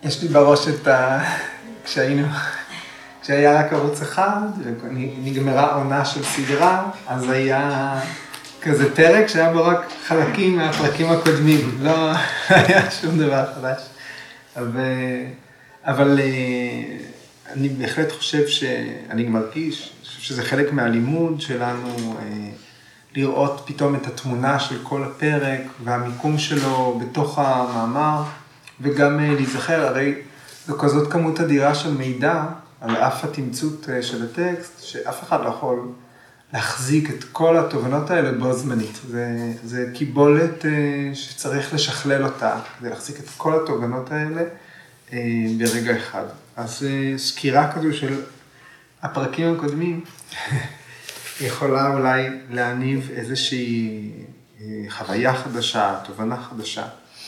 יש לי בראש כשהיה רק ערוץ אחד, ונגמרה עונה של סדרה, אז היה כזה פרק שהיה בו רק חלקים מהפרקים הקודמים, לא היה שום דבר חדש. אבל אני בהחלט חושב אני מרגיש, אני חושב שזה חלק מהלימוד שלנו, לראות פתאום את התמונה של כל הפרק והמיקום שלו בתוך המאמר, וגם להיזכר, הרי זו כזאת כמות אדירה של מידע על אף התמצות של הטקסט, שאף אחד לא יכול להחזיק את כל התובנות האלה בו זמנית. זה קיבולת שצריך לשכלל אותה, כדי להחזיק את כל התובנות האלה ברגע אחד. אז סקירה כזו של הפרקים הקודמים יכולה אולי להניב איזושהי חוויה חדשה, תובנה חדשה.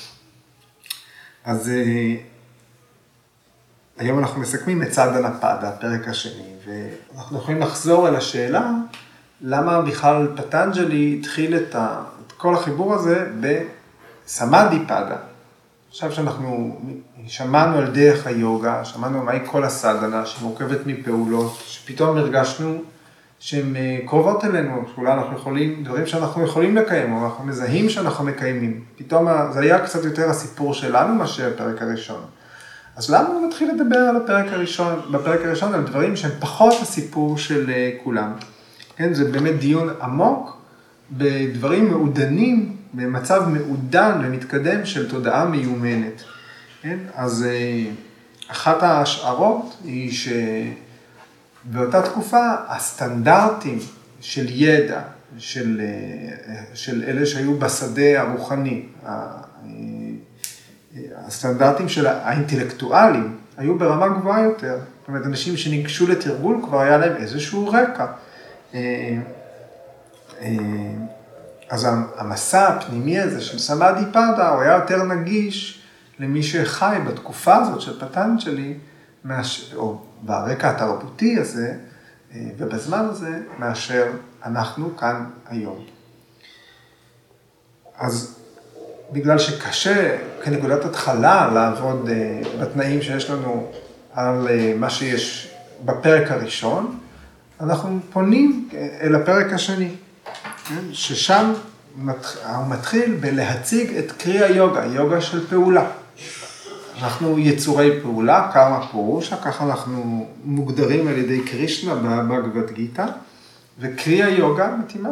אז היום אנחנו מסכמים את סדנה פדה, הפרק השני, ואנחנו יכולים לחזור אל השאלה, למה בכלל פטנג'לי התחיל את כל החיבור הזה בסמאדי פדה. עכשיו שאנחנו שמענו על דרך היוגה, שמענו מהי כל הסדנה שמורכבת מפעולות, שפתאום הרגשנו שהן קרובות אלינו, שאולי אנחנו יכולים, דברים שאנחנו יכולים לקיים, או אנחנו מזהים שאנחנו מקיימים. פתאום זה היה קצת יותר הסיפור שלנו מאשר הפרק הראשון. אז למה הוא מתחיל לדבר על בפרק הראשון, על דברים שהם פחות הסיפור של כולם? כן, זה באמת דיון עמוק בדברים מעודנים, במצב מעודן ומתקדם של תודעה מיומנת. כן? אז אחת ההשערות היא שבאותה תקופה הסטנדרטים של ידע, של אלה שהיו בשדה הרוחני, הסטנדרטים של האינטלקטואלים היו ברמה גבוהה יותר. זאת אומרת, אנשים שניגשו לתרגול כבר היה להם איזשהו רקע. אז המסע הפנימי הזה של סמאדי פדה, הוא היה יותר נגיש למי שחי בתקופה הזאת של פטנג'לי, או ברקע התרבותי הזה, ובזמן הזה, מאשר אנחנו כאן היום. אז בגלל שקשה כנקודת התחלה לעבוד בתנאים שיש לנו על מה שיש בפרק הראשון, אנחנו פונים אל הפרק השני, ששם הוא מתחיל בלהציג את קרי היוגה, יוגה של פעולה. אנחנו יצורי פעולה, קרמה פורושה, ככה אנחנו מוגדרים על ידי קרישנה בבגבד גיטה, וקרי היוגה מתאימה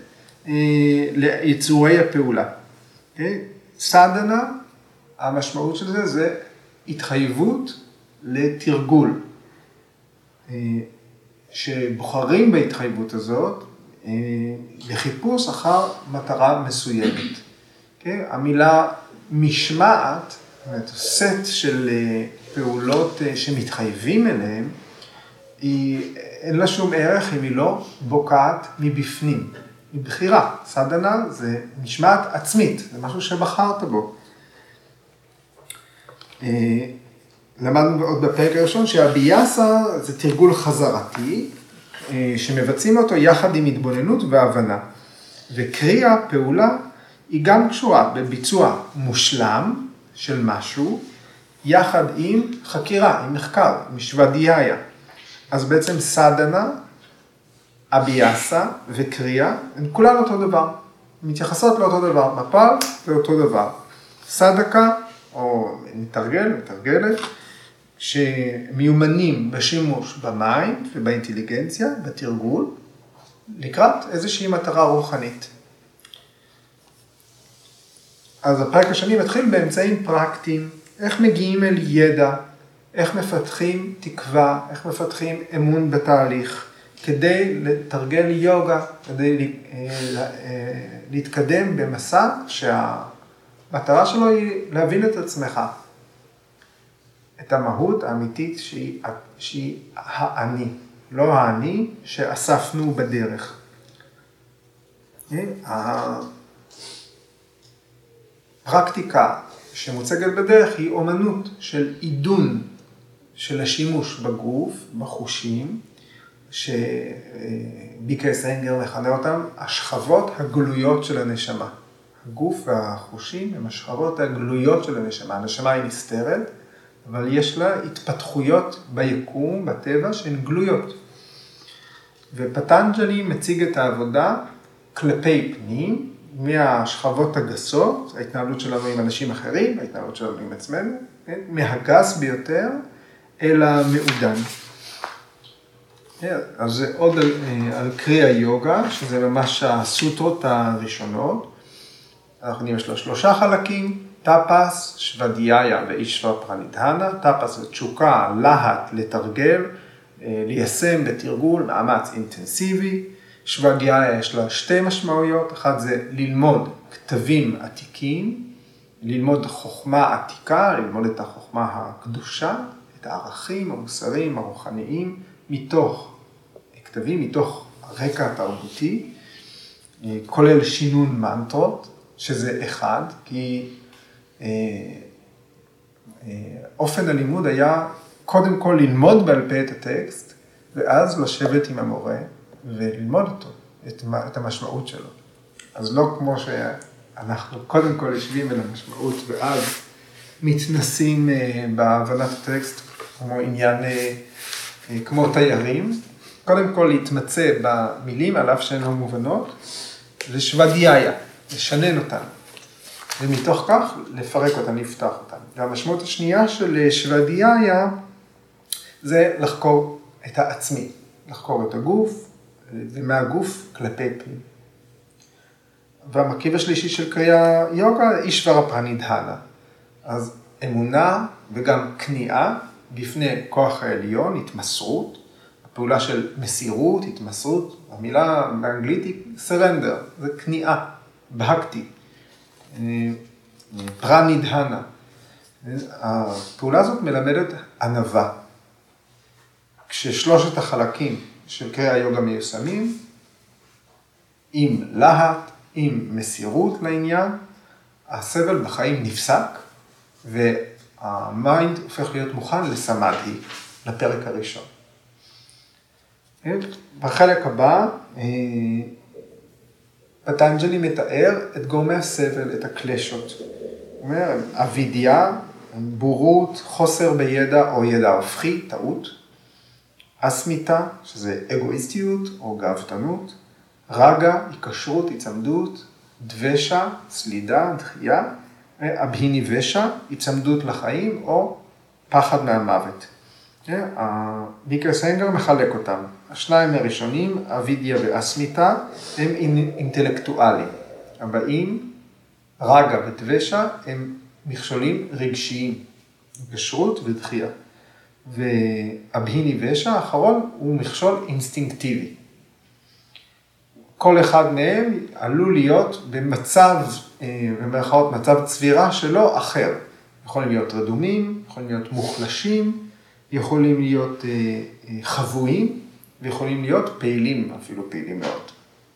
ליצורי הפעולה. סדנה, המשמעות של זה התחייבות לתרגול. שבוחרים בהתחייבות הזאת לחיפוש אחר מטרה מסוימת. המילה משמעת, סט של פעולות שמתחייבים אליהן, אין לה שום ערך אם היא לא בוקעת מבפנים. מבחירה. סדנה זה משמעת עצמית, זה משהו שבחרת בו. למדנו עוד בפרק הראשון שהביאסה זה תרגול חזרתי, שמבצעים אותו יחד עם התבוננות והבנה. וקריאה, פעולה, היא גם קשורה בביצוע מושלם של משהו, יחד עם חקירה, עם מחקר, עם שוודיה. אז בעצם סדנה, אביאסה וקריאה, הן כולן אותו דבר, מתייחסות לאותו דבר, בפעל זה אותו דבר. סדקה, או מתרגלת, שמיומנים בשימוש במים ובאינטליגנציה, בתרגול, לקראת איזושהי מטרה רוחנית. אז הפרק השני מתחיל באמצעים פרקטיים, איך מגיעים אל ידע, איך מפתחים תקווה, איך מפתחים אמון בתהליך, כדי לתרגל יוגה, כדי להתקדם במסע שהמטרה שלו היא להבין את עצמך, את המהות האמיתית שהיא האני, לא האני שאספנו בדרך. הפרקטיקה שמוצגת בדרך היא אומנות של עידון של השימוש בגוף, בחושים, שביקס אנגר מכנה אותם השכבות הגלויות של הנשמה. הגוף והחושים הם השכבות הגלויות של הנשמה. הנשמה היא נסתרת, אבל יש לה התפתחויות ביקום, בטבע, שהן גלויות. ופטנג'לי מציג את העבודה כלפי פנים, מהשכבות הגסות, ההתנהלות שלנו עם אנשים אחרים, ההתנהלות שלנו עם עצמנו, מהגס ביותר אל המעודן. אז זה עוד על קרי היוגה, שזה ממש הסוטרות הראשונות. אנחנו יש לו 3 חלקים, טאפס, שוואדיהיה ואישווה פרנידהנה. טאפס זה תשוקה, להט, לתרגל, ליישם בתרגול, מאמץ אינטנסיבי. שוואדיהיה יש לה 2 משמעויות, אחת זה ללמוד כתבים עתיקים, ללמוד חוכמה עתיקה, ללמוד את החוכמה הקדושה, את הערכים המוסריים, הרוחניים, מתוך כתבים, מתוך הרקע התרבותי, כולל שינון מנטרות, שזה אחד, כי אופן הלימוד היה קודם כל ללמוד בעל פה את הטקסט, ואז לשבת עם המורה וללמוד אותו, את המשמעות שלו. אז לא כמו שאנחנו קודם כל יושבים אל המשמעות, ואז מתנסים בהבנת הטקסט, כמו עניין, כמו תיירים. קודם כל להתמצא במילים, על אף שהן לא מובנות, זה שוואדיהיה, לשנן אותן. ומתוך כך לפרק אותן, לפתח אותן. והמשמעות השנייה של שוואדיהיה זה לחקור את העצמי, לחקור את הגוף, ומהגוף כלפי פנים. והמרכיב השלישי של קריאה יוגה, אישווה פרנידהנה. אז אמונה וגם כניעה בפני כוח העליון, התמסרות, הפעולה של מסירות, התמסרות, המילה באנגלית היא surrender, זה כניעה, בהקטי, פרנידהנה. הפעולה הזאת מלמדת ענווה. כששלושת החלקים של קריאה יוגה מיושמים, עם להט, עם מסירות לעניין, הסבל בחיים נפסק, והמיינד הופך להיות מוכן לסמאדהי, לפרק הראשון. בחלק הבא, פטנג'לי מתאר את גורמי הסבל, את הקלשות. הוא אומר, אבידיה, בורות, חוסר בידע או ידע הופכי, טעות. אסמיתה, שזה אגואיסטיות או גאוותנות. רגע, היקשרות, הצמדות. דבשה, סלידה, דחייה. אבהיניבשה, הצמדות לחיים או פחד מהמוות. ויקרסנגר מחלק אותם. השניים הראשונים, אבידיה ואסמיתה, הם אינטלקטואלים. הבאים, רגע ודבשה, הם מכשולים רגשיים, היקשרות ודחייה. ואבהיניבשה, האחרון, הוא מכשול אינסטינקטיבי. כל אחד מהם עלול להיות במצב, במרכאות מצב צבירה שלו אחר. יכולים להיות רדומים, יכולים להיות מוחלשים, יכולים להיות חבויים, ויכולים להיות פעילים, אפילו פעילים מאוד.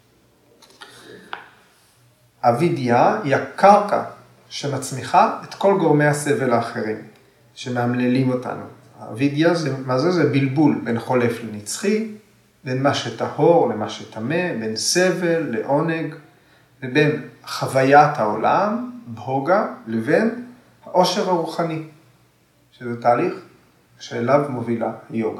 אבידיה היא הקרקע שמצמיחה את כל גורמי הסבל האחרים, שמאמללים אותנו. אבידיה, מה זה? זה בלבול בין חולף לנצחי, בין מה שטהור למה שטמא, בין סבל לעונג, ובין חוויית העולם, בהוגה, לבין העושר הרוחני, שזה תהליך שאליו מובילה יוגה.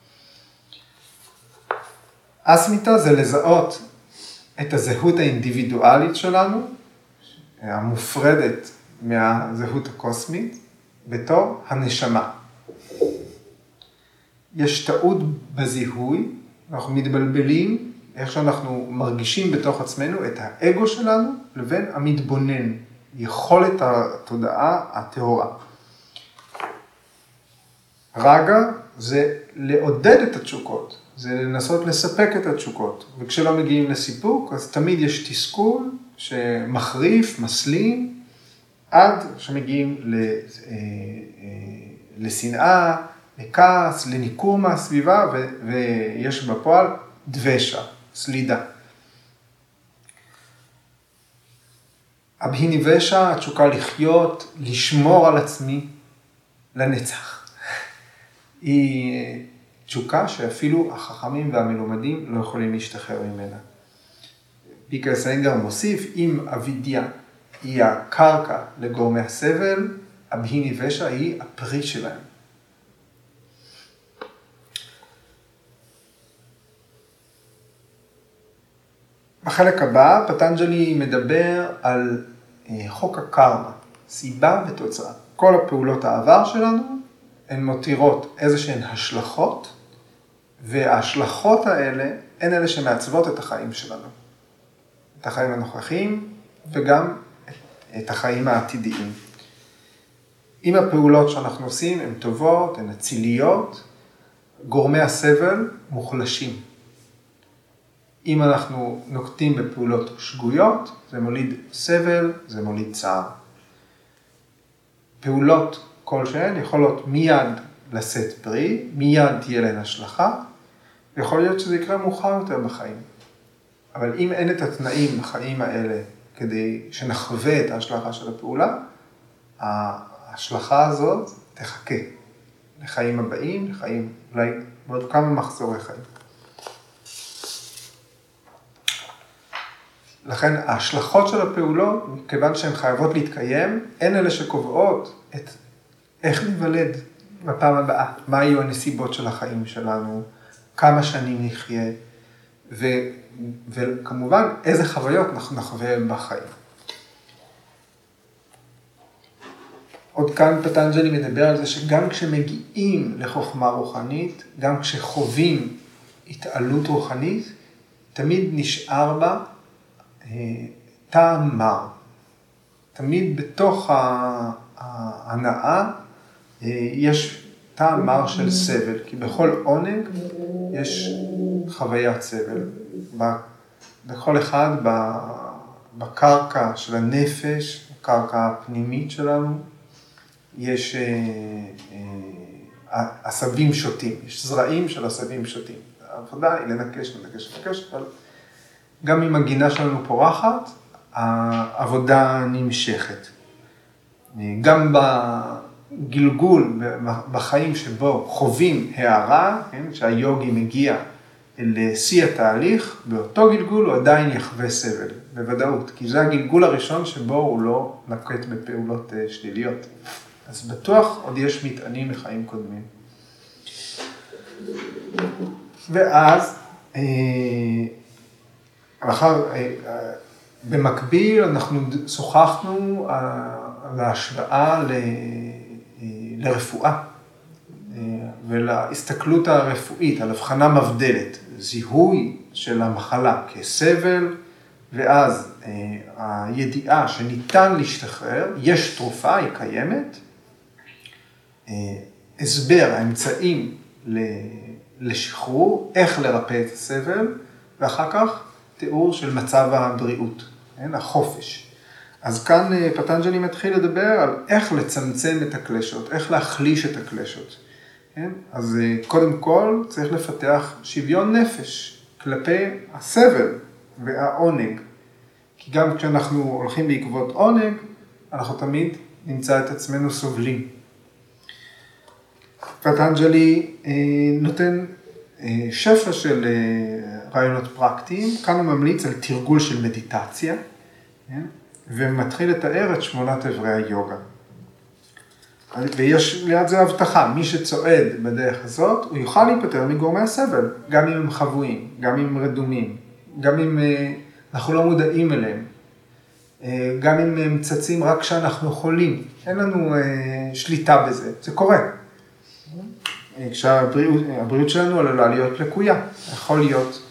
אסמיתה זה לזהות את הזהות האינדיבידואלית שלנו, המופרדת מהזהות הקוסמית, בתור הנשמה. יש טעות בזיהוי, אנחנו מתבלבלים איך שאנחנו מרגישים בתוך עצמנו את האגו שלנו לבין המתבונן, יכולת התודעה הטהורה. רגע זה לעודד את התשוקות, זה לנסות לספק את התשוקות, וכשלא מגיעים לסיפוק, אז תמיד יש תסכול שמחריף, מסלים, עד שמגיעים לשנאה, לכעס, לניכור מהסביבה, ויש בפועל דבשה, סלידה. אבהיניבשה, התשוקה לחיות, לשמור על עצמי לנצח. היא תשוקה שאפילו החכמים והמלומדים לא יכולים להשתחרר ממנה. ויקרסנגר מוסיף, אם אבידיה היא הקרקע לגורמי הסבל, הבהיני ושע היא הפרי שלהם. בחלק הבא, פטנג'לי מדבר על חוק הקרמה, סיבה ותוצאה. כל הפעולות העבר שלנו הן מותירות איזשהן השלכות, וההשלכות האלה הן אלה שמעצבות את החיים שלנו. את החיים הנוכחיים וגם את החיים העתידיים. אם הפעולות שאנחנו עושים הן טובות, הן אציליות, גורמי הסבל מוחלשים. אם אנחנו נוקטים בפעולות שגויות, זה מוליד סבל, זה מוליד צער. פעולות כלשהן יכולות מיד לשאת פרי, מיד תהיה להן השלכה, ויכול להיות שזה יקרה מאוחר יותר בחיים. אבל אם אין את התנאים בחיים האלה כדי שנחווה את ההשלכה של הפעולה, ההשלכה הזאת תחכה לחיים הבאים, לחיים אולי בעוד כמה מחזורי חיים. לכן ההשלכות של הפעולות, כיוון שהן חייבות להתקיים, הן אלה שקובעות את איך נוולד בפעם הבאה, מה יהיו הנסיבות של החיים שלנו, כמה שנים נחיה, וכמובן איזה חוויות אנחנו נחווה בחיים. עוד כאן פטנג'לי מדבר על זה שגם כשמגיעים לחוכמה רוחנית, גם כשחווים התעלות רוחנית, תמיד נשאר בה טעם מר. תמיד בתוך ההנאה יש טעם מר של סבל, כי בכל עונג יש חוויית סבל. בכל אחד בקרקע של הנפש, בקרקע הפנימית שלנו, יש עשבים שוטים, יש זרעים של עשבים שוטים. העבודה היא לנקש, אבל גם אם הגינה שלנו פורחת, העבודה נמשכת. גם בגלגול, בחיים שבו חווים הערה, כן, שהיוגי מגיע לשיא התהליך, באותו גלגול הוא עדיין יחווה סבל, בוודאות, כי זה הגלגול הראשון שבו הוא לא נקט בפעולות שליליות. אז בטוח עוד יש מטענים לחיים קודמים. ואז, במקביל אנחנו שוחחנו על ההשוואה לרפואה ולהסתכלות הרפואית, על הבחנה מבדלת, זיהוי של המחלה כסבל, ואז הידיעה שניתן להשתחרר, יש תרופה, היא קיימת, הסבר, האמצעים לשחרור, איך לרפא את הסבל, ואחר כך תיאור של מצב הבריאות, החופש. אז כאן פטנג'לי מתחיל לדבר על איך לצמצם את הקלשות, איך להחליש את הקלשות. אז קודם כל צריך לפתח שוויון נפש כלפי הסבל והעונג. כי גם כשאנחנו הולכים בעקבות עונג, אנחנו תמיד נמצא את עצמנו סובלים. פטנג'לי נותן שפע של רעיונות פרקטיים, כאן הוא ממליץ על תרגול של מדיטציה, ומתחיל לתאר את 8 איברי היוגה. ויש ליד זה הבטחה, מי שצועד בדרך הזאת, הוא יוכל להיפטר מגורמי הסבל, גם אם הם חבויים, גם אם הם רדומים, גם אם אנחנו לא מודעים אליהם, גם אם הם צצים רק כשאנחנו חולים, אין לנו שליטה בזה, זה קורה. כשהבריאות שלנו עלולה להיות לקויה, יכול להיות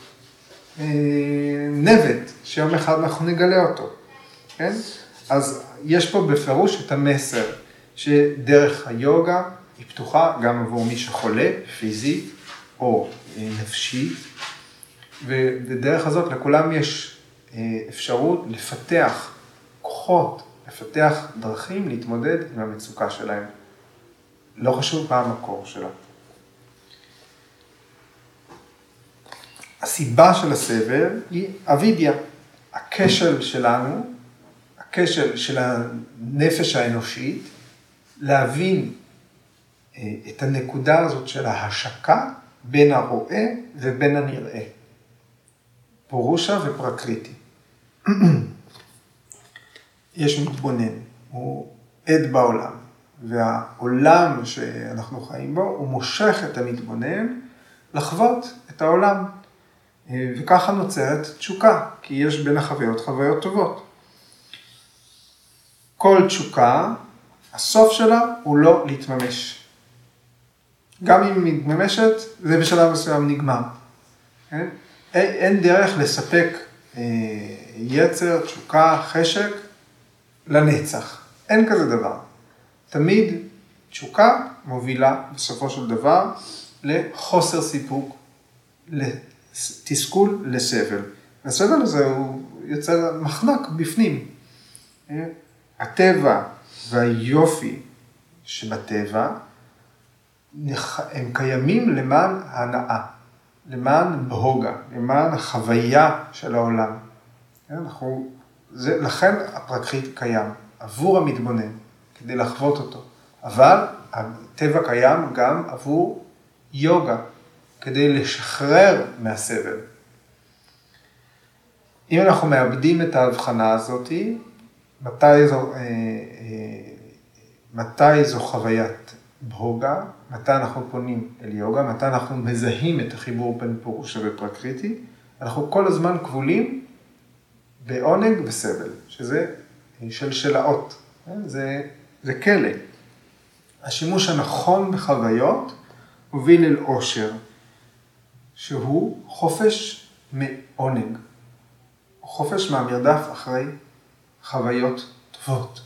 נבט, שיום אחד אנחנו נגלה אותו. כן? אז יש פה בפירוש את המסר, שדרך היוגה היא פתוחה גם עבור מי שחולה, פיזית או נפשית, ודרך הזאת לכולם יש אפשרות לפתח כוחות, לפתח דרכים להתמודד עם המצוקה שלהם. לא חשוב מה המקור שלה. הסיבה של הסבל היא אבידיה, הכשל שלנו, הכשל של הנפש האנושית, להבין את הנקודה הזאת של ההשקה בין הרואה ובין הנראה. פורושה ופרקריטי. יש מתבונן, הוא עד בעולם, והעולם שאנחנו חיים בו, הוא מושך את המתבונן לחוות את העולם. וככה נוצרת תשוקה, כי יש בין החוויות חוויות טובות. כל תשוקה, הסוף שלה הוא לא להתממש. גם אם היא מתממשת, זה בשלב מסוים נגמר. אין דרך לספק יצר, תשוקה, חשק לנצח. אין כזה דבר. תמיד תשוקה מובילה בסופו של דבר לחוסר סיפוק, לתסכול, לסבל. הסבל הזה הוא יוצר מחנק בפנים. הטבע והיופי שבטבע, הם קיימים למען ההנאה, למען בהוגה, למען החוויה של העולם. לכן הפרקריט קיים, עבור המתבונן, כדי לחוות אותו. אבל הטבע קיים גם עבור יוגה, כדי לשחרר מהסבל. אם אנחנו מאבדים את ההבחנה הזאת, מתי זו חוויית בהוגה, מתי אנחנו פונים אל יוגה, מתי אנחנו מזהים את החיבור בין פורושה ופרקריטי, אנחנו כל הזמן כבולים בעונג וסבל, שזה שלשלאות, זה כלא. השימוש הנכון בחוויות הוביל אל עושר, שהוא חופש מעונג, חופש מהמרדף אחרי חוויות טובות.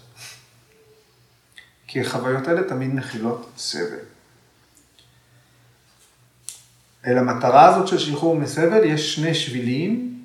כי החוויות האלה תמיד מכילות סבל. אל המטרה הזאת של שחרור מסבל יש שני שבילים,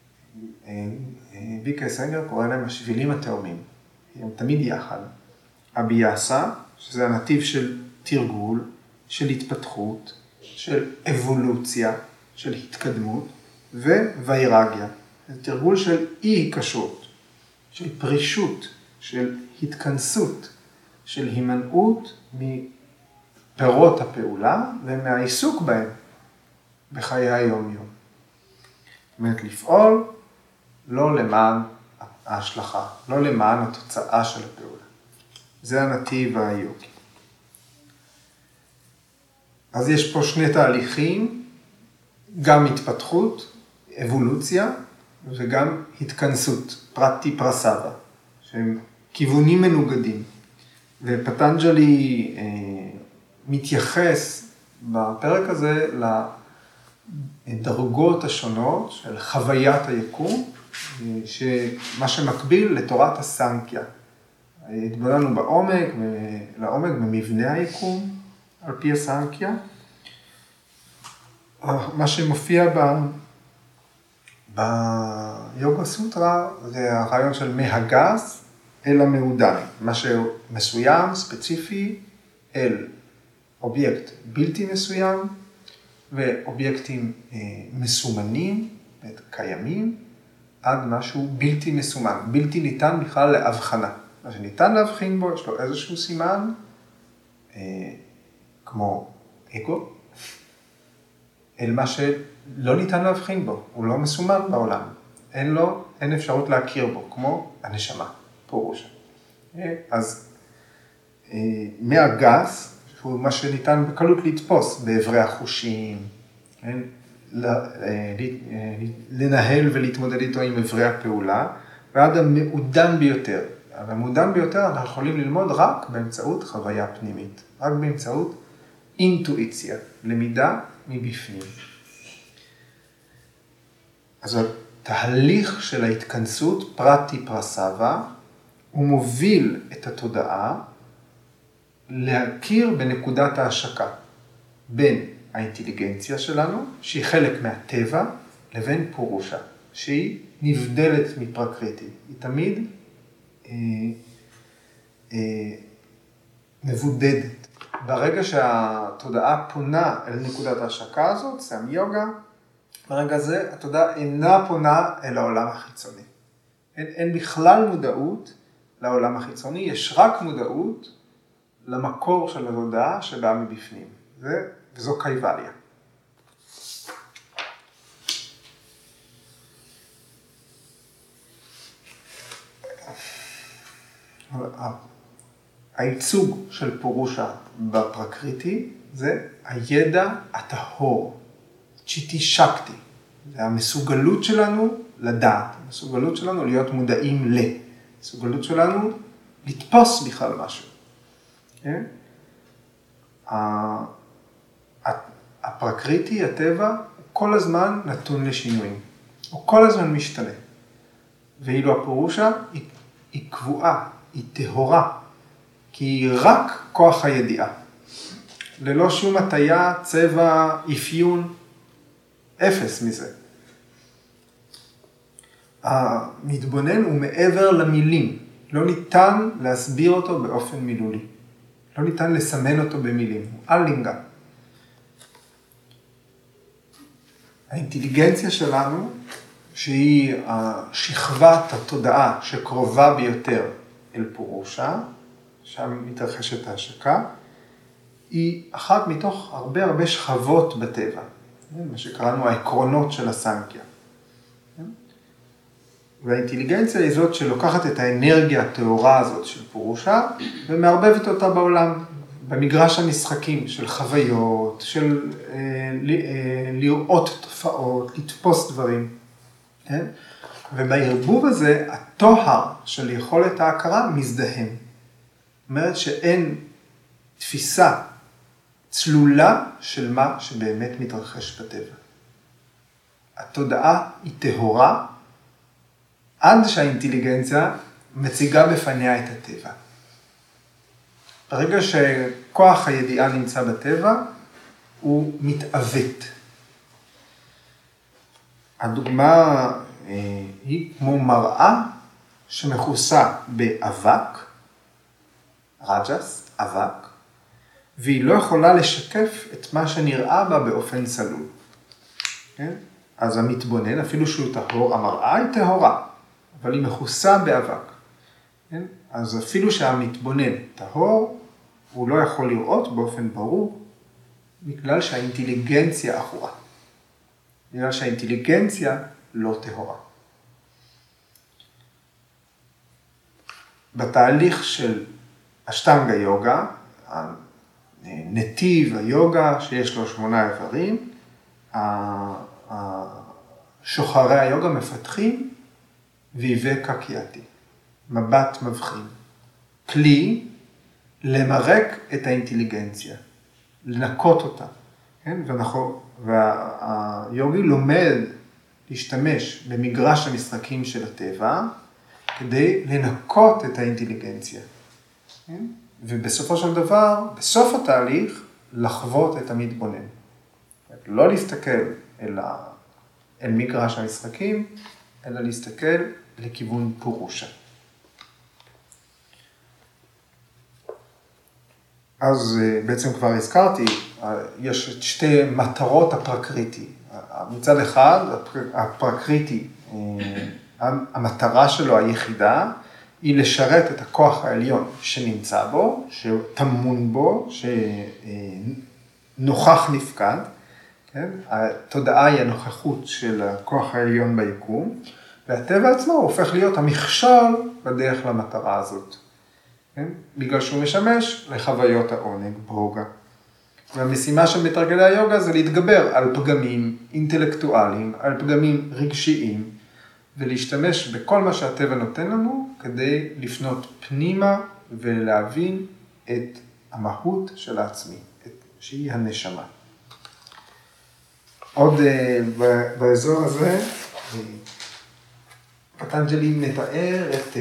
ויקה סנגר קורא להם השבילים התאומים. הם תמיד יחד. הביאסה, שזה הנתיב של תרגול, של התפתחות, של אבולוציה, של התקדמות, ווירגיה. זה תרגול של אי-קשות, של פרישות, של התכנסות, של הימנעות מפירות הפעולה ומהעיסוק בהם בחיי היום-יום. זאת אומרת, לפעול לא למען ההשלכה, לא למען התוצאה של הפעולה. זה הנתיב היוגי. אז יש פה שני תהליכים, גם התפתחות, אבולוציה, וגם התכנסות, פרטי פרסבה, שהם כיוונים מנוגדים. ופטנג'לי מתייחס בפרק הזה לדרגות השונות של חוויית היקום, מה שמקביל לתורת הסנקיה. התבוננו לעומק במבנה היקום, על פי הסנקיה. מה שמופיע ביוגה סוטרה זה הרעיון של מהגס אל המעודן. מה שמסוים, ספציפי, אל אובייקט בלתי מסוים, ואובייקטים מסומנים, קיימים, עד משהו בלתי מסומן. בלתי ניתן בכלל להבחנה. מה שניתן להבחין בו, יש לו איזשהו סימן, כמו אגו, אל מה שלא ניתן להבחין בו, הוא לא מסומן בעולם. אין אפשרות להכיר בו, כמו הנשמה, פורושה. אז מהגס, שהוא מה שניתן בקלות לתפוס בעברי החושים, לנהל ולהתמודד איתו עם עברי הפעולה, ועד המעודן ביותר. המעודן ביותר אנחנו יכולים ללמוד רק באמצעות חוויה פנימית, רק באמצעות אינטואיציה, למידה מבפנים. אז התהליך של ההתכנסות, פרטי פרסבה, הוא מוביל את התודעה להכיר בנקודת ההשקה בין האינטליגנציה שלנו, שהיא חלק מהטבע, לבין פורושה, שהיא נבדלת מפרקריטי. היא תמיד מבודדת. ברגע שהתודעה פונה אל נקודת ההשקה הזאת, סם יוגה, ברגע זה התודעה אינה פונה אל העולם החיצוני. אין בכלל מודעות לעולם החיצוני, יש רק מודעות למקור של התודעה שבאה מבפנים. וזו קייבליה. הייצוג של פורושה בפרקריטי זה הידע הטהור, צ'יטי שקטי. זה המסוגלות שלנו לדעת, המסוגלות שלנו להיות מודעים המסוגלות שלנו לתפוס בכלל משהו. כן? הפרקריטי, הטבע, הוא כל הזמן נתון לשינויים. הוא כל הזמן משתנה. ואילו הפורושה היא קבועה, היא טהורה, כי היא רק כוח הידיעה. ללא שום הטיה, צבע, אפיון, אפס מזה. המתבונן הוא מעבר למילים. לא ניתן להסביר אותו באופן מילולי. לא ניתן לסמן אותו במילים. הוא אלינגה. האינטליגנציה שלנו, שהיא שכבת התודעה שקרובה ביותר אל פורושה, שם מתרחשת ההשקה, היא אחת מתוך הרבה שכבות בטבע, מה שקראנו העקרונות של הסנקיה. והאינטליגנציה היא זאת שלוקחת את האנרגיה הטהורה הזאת של פורושה, ומערבבת אותה בעולם, במגרש המשחקים של חוויות, של לראות תופעות, לתפוס דברים. ובערבוב הזה, התוהר של יכולת ההכרה מזדהם. זאת אומרת שאין תפיסה צלולה של מה שבאמת מתרחש בטבע. התודעה היא טהורה, עד שהאינטליגנציה מציגה בפניה את הטבע. ברגע שכוח הידיעה נמצא בטבע, הוא מתעוות. הדוגמה היא כמו מראה שמכוסה באבק, רג'ס, אבק, והיא לא יכולה לשקף את מה שנראה בה באופן צלול. כן? אז המתבונן, אפילו שהוא טהור, המראה היא טהורה, אבל היא מכוסה באבק. כן? אז אפילו שהמתבונן טהור, הוא לא יכול לראות באופן ברור, בגלל שהאינטליגנציה אחורה. בגלל שהאינטליגנציה לא טהורה. בתהליך של אשטנגה יוגה, נתיב היוגה שיש לו 8 איברים, שוחרי היוגה מפתחים ויבקה קייתי, מבט מבחין, כלי למרק את האינטליגנציה, לנקות אותה. כן? והיוגי לומד להשתמש במגרש המשחקים של הטבע, כדי לנקות את האינטליגנציה. כן? ובסופו של דבר, בסוף התהליך, לחוות את המתבונן. לא להסתכל אל מגרש המשחקים, אלא להסתכל לכיוון פורושה. אז בעצם כבר הזכרתי, יש את שתי מטרות הפרקריטי. מצד אחד, הפרקריטי, המטרה שלו היחידה, היא לשרת את הכוח העליון שנמצא בו, שטמון בו, שנוכח נפקד. כן? התודעה היא הנוכחות של הכוח העליון ביקום, והטבע עצמו הופך להיות המכשול בדרך למטרה הזאת. כן? בגלל שהוא משמש לחוויות העונג, ברוגע. והמשימה של מתרגלי היוגה זה להתגבר על פגמים אינטלקטואליים, על פגמים רגשיים, ולהשתמש בכל מה שהטבע נותן לנו, כדי לפנות פנימה ולהבין את המהות של העצמי, שהיא הנשמה. עוד באזור הזה, פטנג'לי מתאר את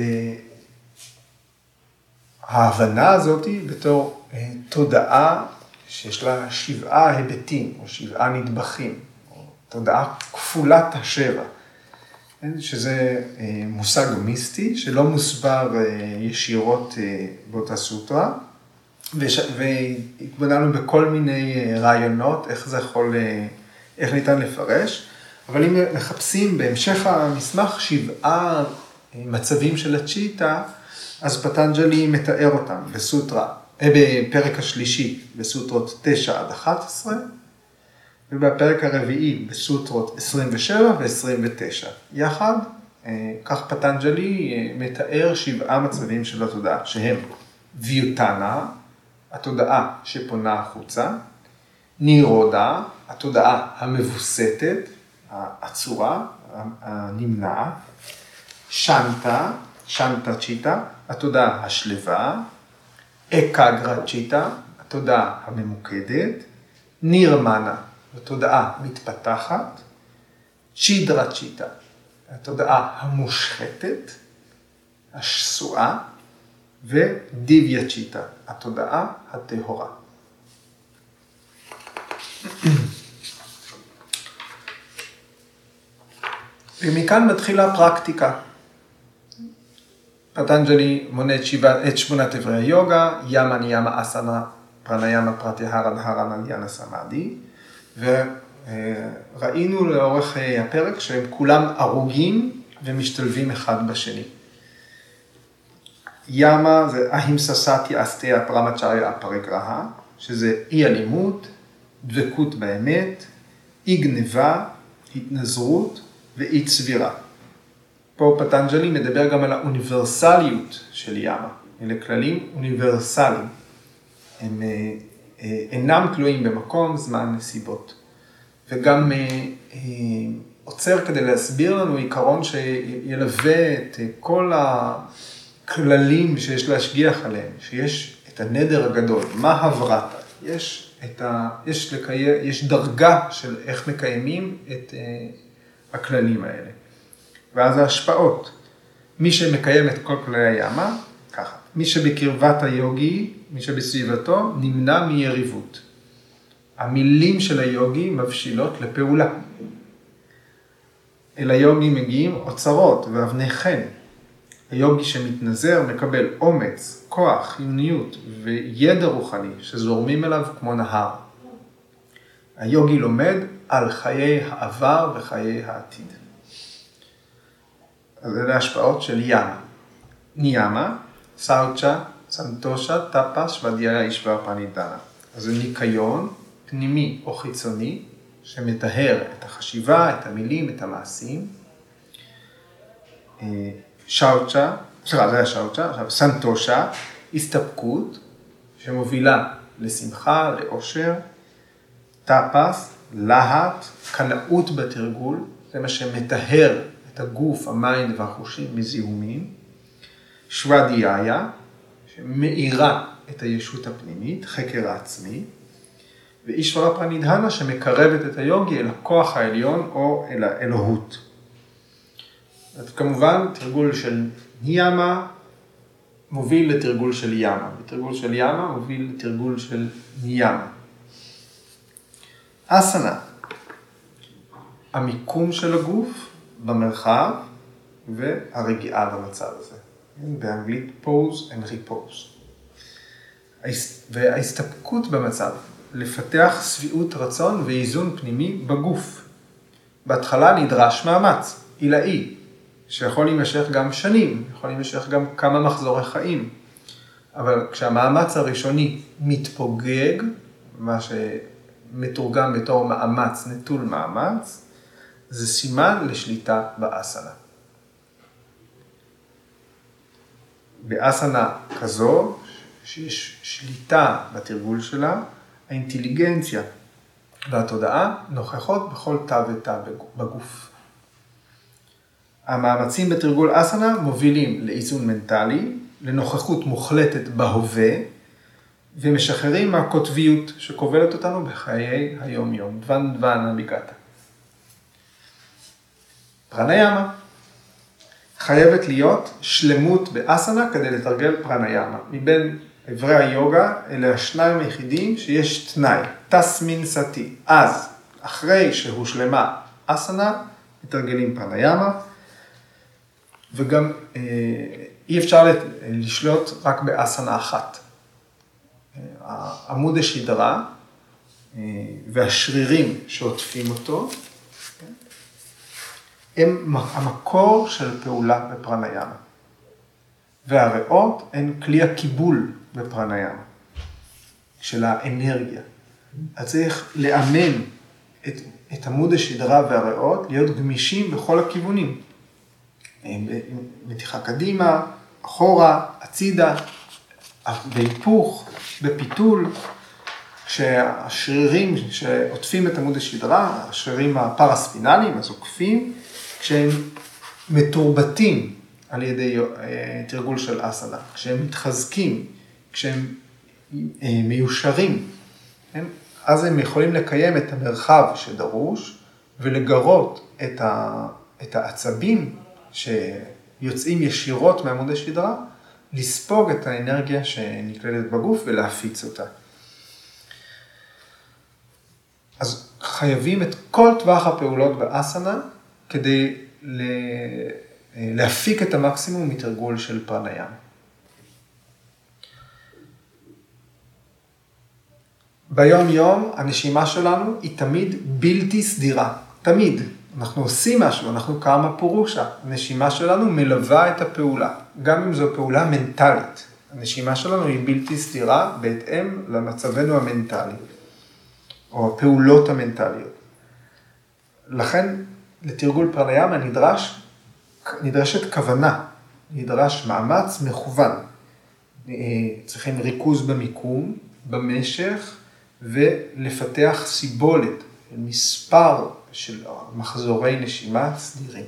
ההבנה הזאת בתור תודעה שיש לה 7 היבטים או 7 נדבכים, או תודעה כפולת השבע, שזה מושג מיסטי שלא מוסבר ישירות באותה סוטרה, והתבוננו בכל מיני רעיונות איך ניתן לפרש, אבל אם מחפשים בהמשך המסמך 7 מצבים של הצ'יטה, אז פטנג'לי מתאר אותם בפרק השלישי, בסוטרות 9 עד 11, ובפרק הרביעי, בסוטרות 27 ו-29. יחד, כך פטנג'לי מתאר 7 מצבים של התודעה, שהם ויוטנה, התודעה שפונה החוצה, נירודה, התודעה המבוסתת, העצורה, הנמנעת, שנטה, שנטה צ'יטה, התודעה השלווה, אקגרה צ'יטה, התודעה הממוקדת, נירמנה, התודעה מתפתחת, צ'ידרה צ'יטה, התודעה המושחתת, השסועה, ודיביה צ'יטה, התודעה הטהורה. ומכאן מתחילה הפרקטיקה. פטנג'לי מונה את 8 איברי היוגה, ימה ניאמה אסנה פרניאמה פרטיהרה דהרנה דיאנה סמאדי, וראינו לאורך הפרק שהם כולם ארוגים ומשתלבים אחד בשני. ימה זה אהימסה אסתיה פרמצ'ריה הפריגרהה, שזה אי אלימות, דבקות באמת, אי גניבה, התנזרות ואי צבירה. פה פטנג'לי מדבר גם על האוניברסליות של ימה. אלה כללים אוניברסליים. הם אינם תלויים במקום, זמן, נסיבות. וגם עוצר כדי להסביר לנו עיקרון שילווה את כל הכללים שיש להשגיח עליהם, שיש את הנדר הגדול, מה הברתה, יש דרגה של איך מקיימים את הכללים האלה. ואז ההשפעות, מי שמקיים את כל כללי הימה, ככה, מי שבקרבת היוגי, מי שבסביבתו, נמנע מיריבות. המילים של היוגי מבשילות לפעולה. אל היוגי מגיעים אוצרות ואבני חן. היוגי שמתנזר מקבל אומץ, כוח, חיוניות וידע רוחני שזורמים אליו כמו נהר. היוגי לומד על חיי העבר וחיי העתיד. אז אלה ההשפעות של ימה. ניאמה, סאוצ'ה, סנטושה, טאפס ודייה אישבר פנידנה. אז זה ניקיון פנימי או חיצוני שמטהר את החשיבה, את המילים, את המעשים. שאוצ'ה, זה היה שאוצ'ה, עכשיו סנטושה, הסתפקות שמובילה לשמחה, לאושר. טאפס, להט, קנאות בתרגול, זה מה שמטהר את הגוף, המיינד והחושים מזיהומים. שוואדייה, שמאירה את הישות הפנימית, חקר העצמי. ואישברה פרנידהנה שמקרבת את היוגי אל הכוח העליון או אל האלוהות. כמובן, תרגול של ניאמה מוביל לתרגול של ימה, ותרגול של ימה מוביל לתרגול של ניאמה. אסנה, המיקום של הגוף במרחב והרגיעה במצב הזה. באנגלית pose and repose. וההסתפקות במצב, לפתח שביעות רצון ואיזון פנימי בגוף. בהתחלה נדרש מאמץ, עילאי, שיכול להימשך גם שנים, יכול להימשך גם כמה מחזורי חיים. אבל כשהמאמץ הראשוני מתפוגג, מה שמתורגם בתור מאמץ, נטול מאמץ, זה סימן לשליטה באסנה. באסנה כזו, שיש שליטה בתרגול שלה, האינטליגנציה והתודעה נוכחות בכל תא ותא בגוף. המאמצים בתרגול אסנה מובילים לאיזון מנטלי, לנוכחות מוחלטת בהווה, ומשחררים מהקוטביות שכובלת אותנו בחיי היום-יום. דוון הביגתה. פרניאמה. חייבת להיות שלמות באסנה כדי לתרגל פרניאמה. מבין איברי היוגה, אלה השניים היחידים שיש תנאי, תסמין סתי. אז, אחרי שהושלמה אסנה, מתרגלים פרניאמה, וגם אי אפשר לשלוט רק באסנה אחת. עמוד השדרה והשרירים שעוטפים אותו, הם המקור של פעולה בפרניאמה. והריאות הן כלי הקיבול בפרניאמה, של האנרגיה. אז צריך לאמן את עמוד השדרה והריאות, להיות גמישים בכל הכיוונים. מתיחה קדימה, אחורה, הצידה, בהיפוך, בפיתול, כשהשרירים שעוטפים את עמוד השדרה, השרירים הפרספינליים, הזוקפים, כשהם מתורבתים על ידי תרגול של אסנה, כשהם מתחזקים, כשהם מיושרים, אז הם יכולים לקיים את המרחב שדרוש ולגרות את העצבים שיוצאים ישירות מעמוד השדרה, לספוג את האנרגיה שנקללת בגוף ולהפיץ אותה. אז חייבים את כל טווח הפעולות באסנה כדי להפיק את המקסימום מתרגול של פרניאמה. ביום יום הנשימה שלנו היא תמיד בלתי סדירה, תמיד. אנחנו עושים משהו, אנחנו קמה פורושה. הנשימה שלנו מלווה את הפעולה, גם אם זו פעולה מנטלית. הנשימה שלנו היא בלתי סדירה בהתאם למצבנו המנטלי, או הפעולות המנטליות. לכן לתרגול פרניאמה נדרשת כוונה, נדרש מאמץ מכוון. צריכים ריכוז במיקום, במשך, ולפתח סיבולת, מספר של מחזורי נשימה סדירים.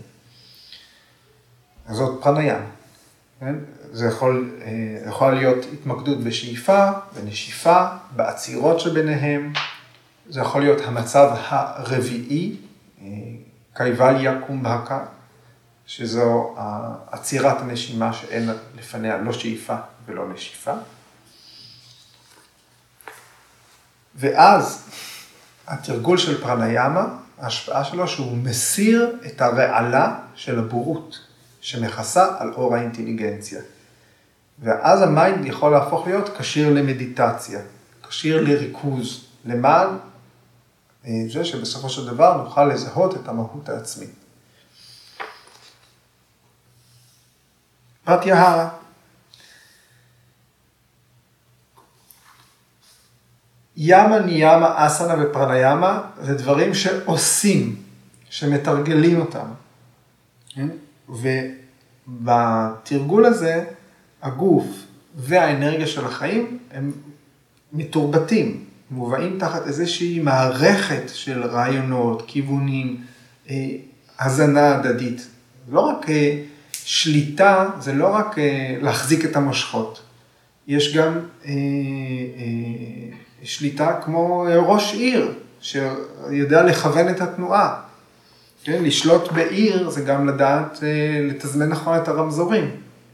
זאת פרניאמה. זה יכול להיות התמקדות בשאיפה, בנשיפה, בעצירות שביניהם. זה יכול להיות המצב הרביעי, קייבליה קומבהקה, שזו עצירת הנשימה שאין לפניה לא שאיפה ולא נשיפה. ואז התרגול של פרניאמה, ההשפעה שלו שהוא מסיר את הרעלה של הבורות שמכסה על אור האינטליגנציה. ואז המיינד יכול להפוך להיות כשיר למדיטציה, כשיר לריכוז, למען זה שבסופו של דבר נוכל לזהות את המהות העצמית. פרטיהרה. ימה, ניאמה, אסנה ופרניאמה זה דברים שעושים, שמתרגלים אותם. ובתרגול הזה, הגוף והאנרגיה של החיים הם מתורבתים, מובאים תחת איזושהי מערכת של רעיונות, כיוונים, הזנה הדדית. לא רק שליטה, זה לא רק להחזיק את המושכות. יש גם שליטה כמו ראש עיר, שיודע לכוון את התנועה. כן? לשלוט בעיר זה גם לדעת לתזמן נכון את הרמזורים.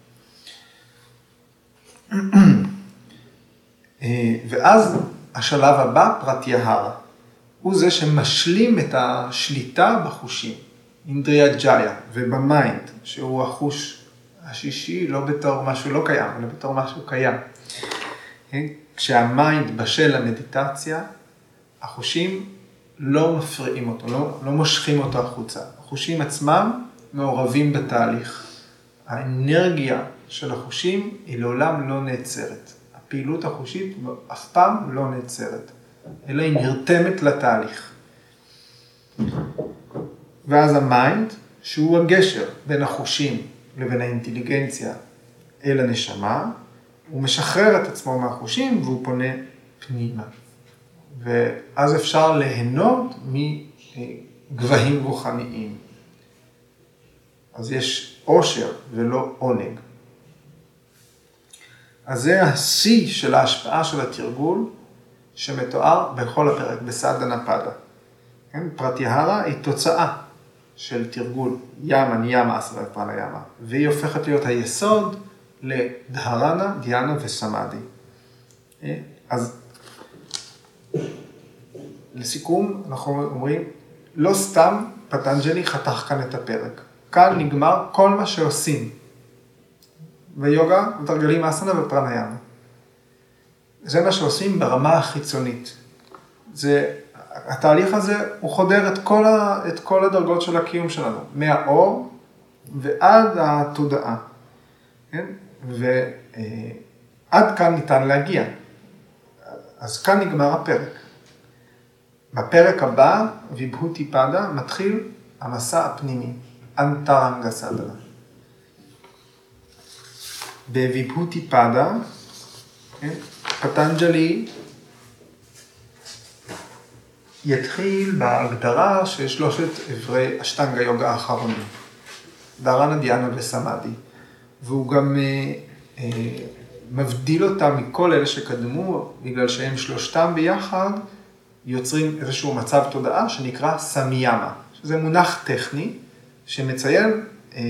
ואז השלב הבא, פרטיהרה, הוא זה שמשלים את השליטה בחושים, אינדריה ג'איה, ובמיינד, שהוא החוש השישי, לא בתור משהו לא קיים, אלא בתור משהו קיים. כשהמיינד בשל למדיטציה, החושים לא מפריעים אותו, לא מושכים אותו החוצה. החושים עצמם מעורבים בתהליך. האנרגיה של החושים היא לעולם לא נעצרת. הפעילות החושית אף פעם לא נעצרת, אלא היא נרתמת לתהליך. ואז המיינד, שהוא הגשר בין החושים לבין האינטליגנציה אל הנשמה, הוא משחרר את עצמו מהחושים והוא פונה פנימה. ואז אפשר ליהנות מגבהים רוחניים. אז יש עושר ולא עונג. אז זה השיא של ההשפעה של התרגול שמתואר בכל הפרק, בסדנה פדה. כן? פרטיהרה היא תוצאה של תרגול ימה, ניאמה, אסנה ופרניאמה, והיא הופכת להיות היסוד לדהרנה, דיאנה וסמאדי. אז לסיכום אנחנו אומרים, לא סתם פטנג'לי חתך כאן את הפרק. כאן נגמר כל מה שעושים. ויוגה מתרגלים אסנה ופרניאמה. זה מה שעושים ברמה החיצונית. התהליך הזה הוא חודר את כל הדרגות של הקיום שלנו, מהאור ועד התודעה. כן? ועד כאן ניתן להגיע. אז כאן נגמר הפרק. בפרק הבא, ויבהותי פדה, מתחיל המסע הפנימי, אנטרנגה סדנה. בוויבהותי פדה פטנג'לי יתחיל בהגדרה של שלושת אברי אשטנגה יוגה האחרונים, דהרנה, דיאנה וסמאדי, והוא גם מבדיל אותם מכל אלה שקדמו, בגלל שהם שלושתם ביחד יוצרים איזשהו מצב תודעה שנקרא סמיאמה, שזה מונח טכני שמציין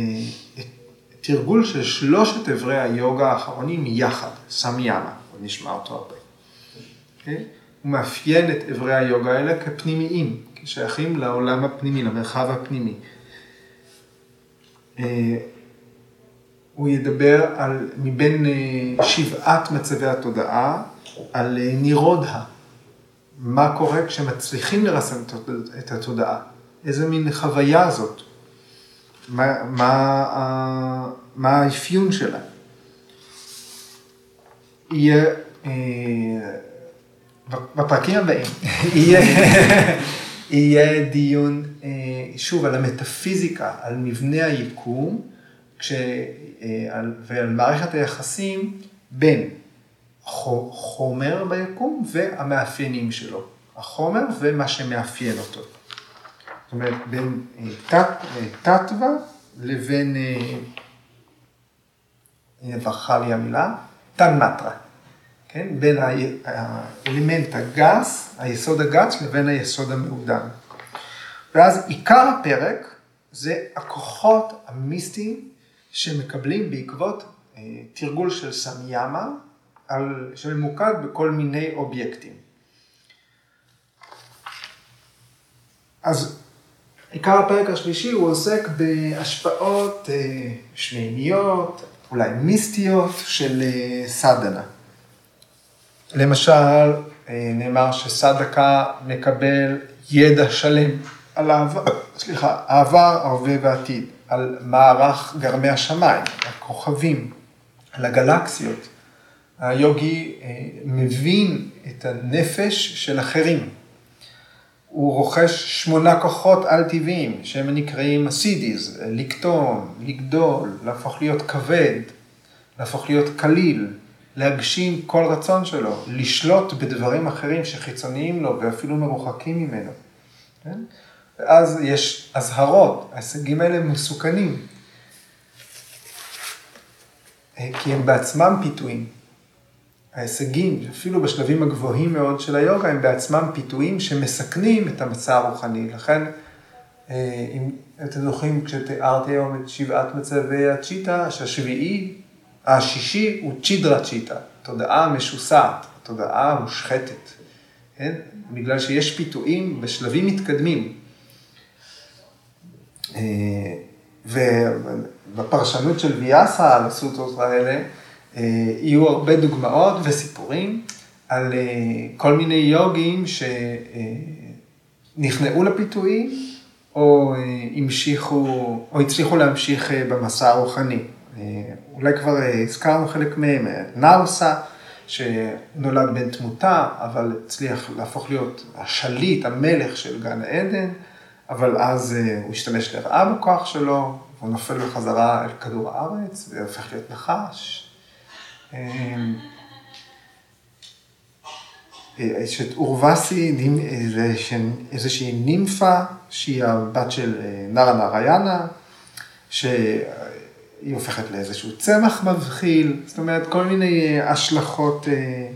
תרגול של שלושת אברי היוגה האחרונים יחד, סמיאמה, נשמע אותו הרבה. Okay? הוא מאפיין את אברי היוגה האלה כפנימיים, כשייכים לעולם הפנימי, למרחב הפנימי. הוא ידבר על, מבין 7 מצבי התודעה, על נירודה. מה קורה כשמצליחים לרסן את התודעה? איזה מין חוויה זאת? מה האפיון שלה? יהיה, בפרקים הבאים, יהיה דיון שוב על המטאפיזיקה, על מבנה היקום, ועל מערכת היחסים בין חומר ביקום והמאפיינים שלו. החומר ומה שמאפיין אותו. זאת אומרת, בין תתווה לבין, ברכה לי המילה, תנמטרה. כן? בין האלמנט הגס, היסוד הגס, לבין היסוד המעודן. ואז עיקר הפרק זה הכוחות המיסטיים שמקבלים בעקבות תרגול של סמיאמה, שממוקד בכל מיני אובייקטים. אז עיקר הפרק השלישי הוא עוסק בהשפעות שמימיות, אולי מיסטיות של סדנה. למשל, נאמר שסדקה מקבל ידע שלם על העבר, ההווה והעתיד, על מערך גרמי השמיים, הכוכבים, על הגלקסיות. היוגי מבין את הנפש של אחרים. הוא רוכש 8 כוחות על-טבעיים, שהם נקראים הסידיז, לקטון, לגדול, להפוך להיות כבד, להפוך להיות קליל, להגשים כל רצון שלו, לשלוט בדברים אחרים שחיצוניים לו ואפילו מרוחקים ממנו. כן? ואז יש הזהרות, ההישגים האלה מסוכנים, כי הם בעצמם פיתויים. ההישגים, אפילו בשלבים הגבוהים מאוד של היוגה, הם בעצמם פיתויים שמסכנים את המצע הרוחני. לכן, אם אתם זוכרים, כשתיארתי היום את 7 מצבי הצ'יטה, השישי הוא צ'ידרה צ'יטה, תודעה משוסעת, תודעה מושחתת. כן? בגלל שיש פיתויים בשלבים מתקדמים. ובפרשנות של ויאסה על הסוטרות האלה, יהיו הרבה דוגמאות וסיפורים על כל מיני יוגים שנכנעו לפיתויים, או הצליחו להמשיך במסע הרוחני. אולי כבר הזכרנו חלק מהם, נאוסה, שנולד בן תמותה, אבל הצליח להפוך להיות השליט, המלך של גן העדן, אבל אז הוא השתמש לרעה בכוח שלו, והוא נופל בחזרה אל כדור הארץ, והופך להיות נחש. יש את אורווסי, איזושהי נימפה, שהיא הבת של נרה נריינה, שהיא הופכת לאיזשהו צמח מבחיל, זאת אומרת, כל מיני השלכות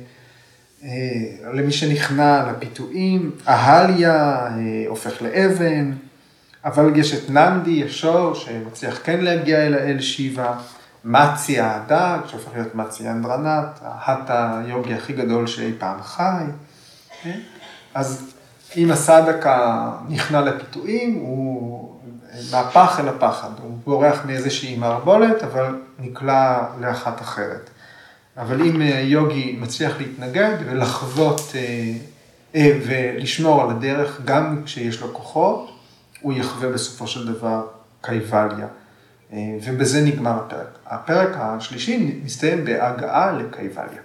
למי שנכנע לפיתויים, ההליה הופך לאבן, אבל יש את ננדי, ישור, שמצליח כן להגיע אל האל שיבה, מציה הדג, שהופך להיות מציה אנדרנט, ההטה היוגי הכי גדול שאי פעם חי. אז אם הסדקה נכנע לפיתויים, הוא מהפח אל הפחד, הוא בורח מאיזושהי מערבולת, אבל נקלע לאחת אחרת. אבל אם יוגי מצליח להתנגד ולחוות ולשמור על הדרך, גם כשיש לו כוחות, הוא יחווה בסופו של דבר קייבליה. ובזה נגמר הפרק. הפרק השלישי מסתיים בהגעה לקייבליה.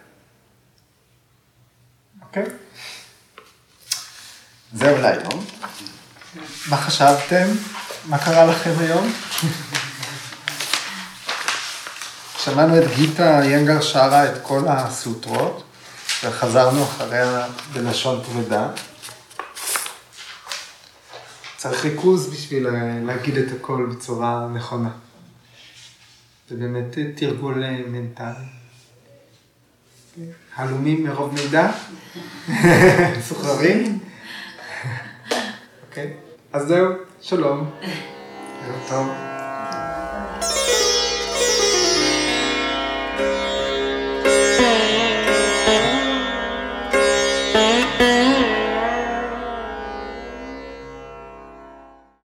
אוקיי? זהו להיום. מה חשבתם? מה קרה לכם היום? שמענו את גיטה ינגר שרה את כל הסוטרות, וחזרנו אחריה בלשון פרידה. צריך ריכוז בשביל להגיד את הכל בצורה נכונה. זה באמת תרגול מנטלי. הלומים מרוב מידע? סוחררים? אוקיי, אז זהו, שלום. ערב טוב.